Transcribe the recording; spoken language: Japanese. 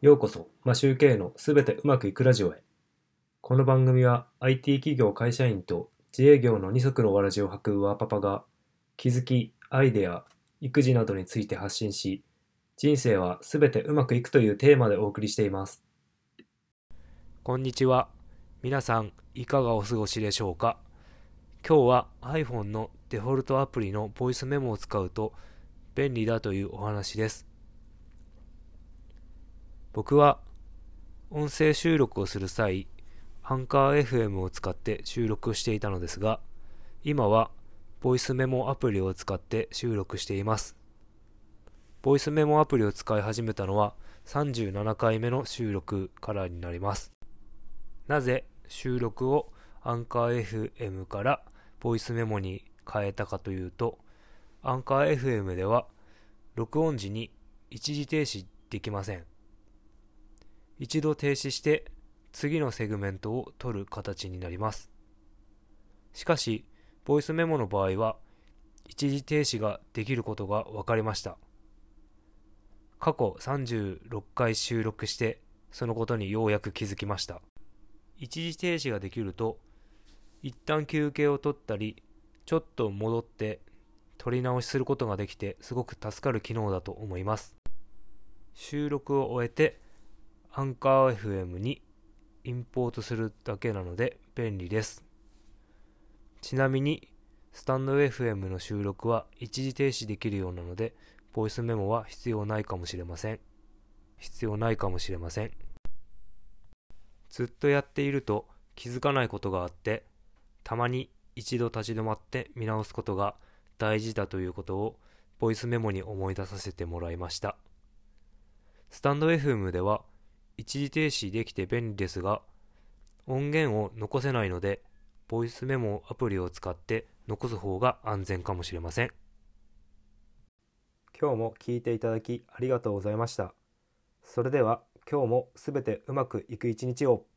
ようこそ、マシューケイのすべてうまくいくラジオへ。この番組は IT 企業会社員と自営業の二足のわらじを履くワーパパが気づき、アイデア、育児などについて発信し、人生はすべてうまくいくというテーマでお送りしています。 こんにちは。皆さん、いかがお過ごしでしょうか。今日は iPhone のデフォルトアプリのボイスメモを使うと便利だというお話です。僕は音声収録をする際、アンカー FM を使って収録していたのですが、今はボイスメモアプリを使って収録しています。ボイスメモアプリを使い始めたのは37回目の収録からになります。なぜ収録をアンカー FM からボイスメモに変えたかというと、アンカー FM では録音時に一時停止できません。一度停止して次のセグメントを取る形になります。しかし、ボイスメモの場合は一時停止ができることが分かりました。過去36回収録してそのことにようやく気づきました。一時停止ができると、一旦休憩を取ったり、ちょっと戻って取り直しすることができて、すごく助かる機能だと思います。収録を終えて、アンカー FM にインポートするだけなので便利です。ちなみに、スタンド FM の収録は一時停止できるようなので、ボイスメモは必要ないかもしれません。ずっとやっていると気づかないことがあって、たまに一度立ち止まって見直すことが大事だということをボイスメモに思い出させてもらいました。スタンド FM では一時停止できて便利ですが、音源を残せないので、ボイスメモアプリを使って残す方が安全かもしれません。 今日も聞いていただきありがとうございました。それでは今日もすべてうまくいく一日を。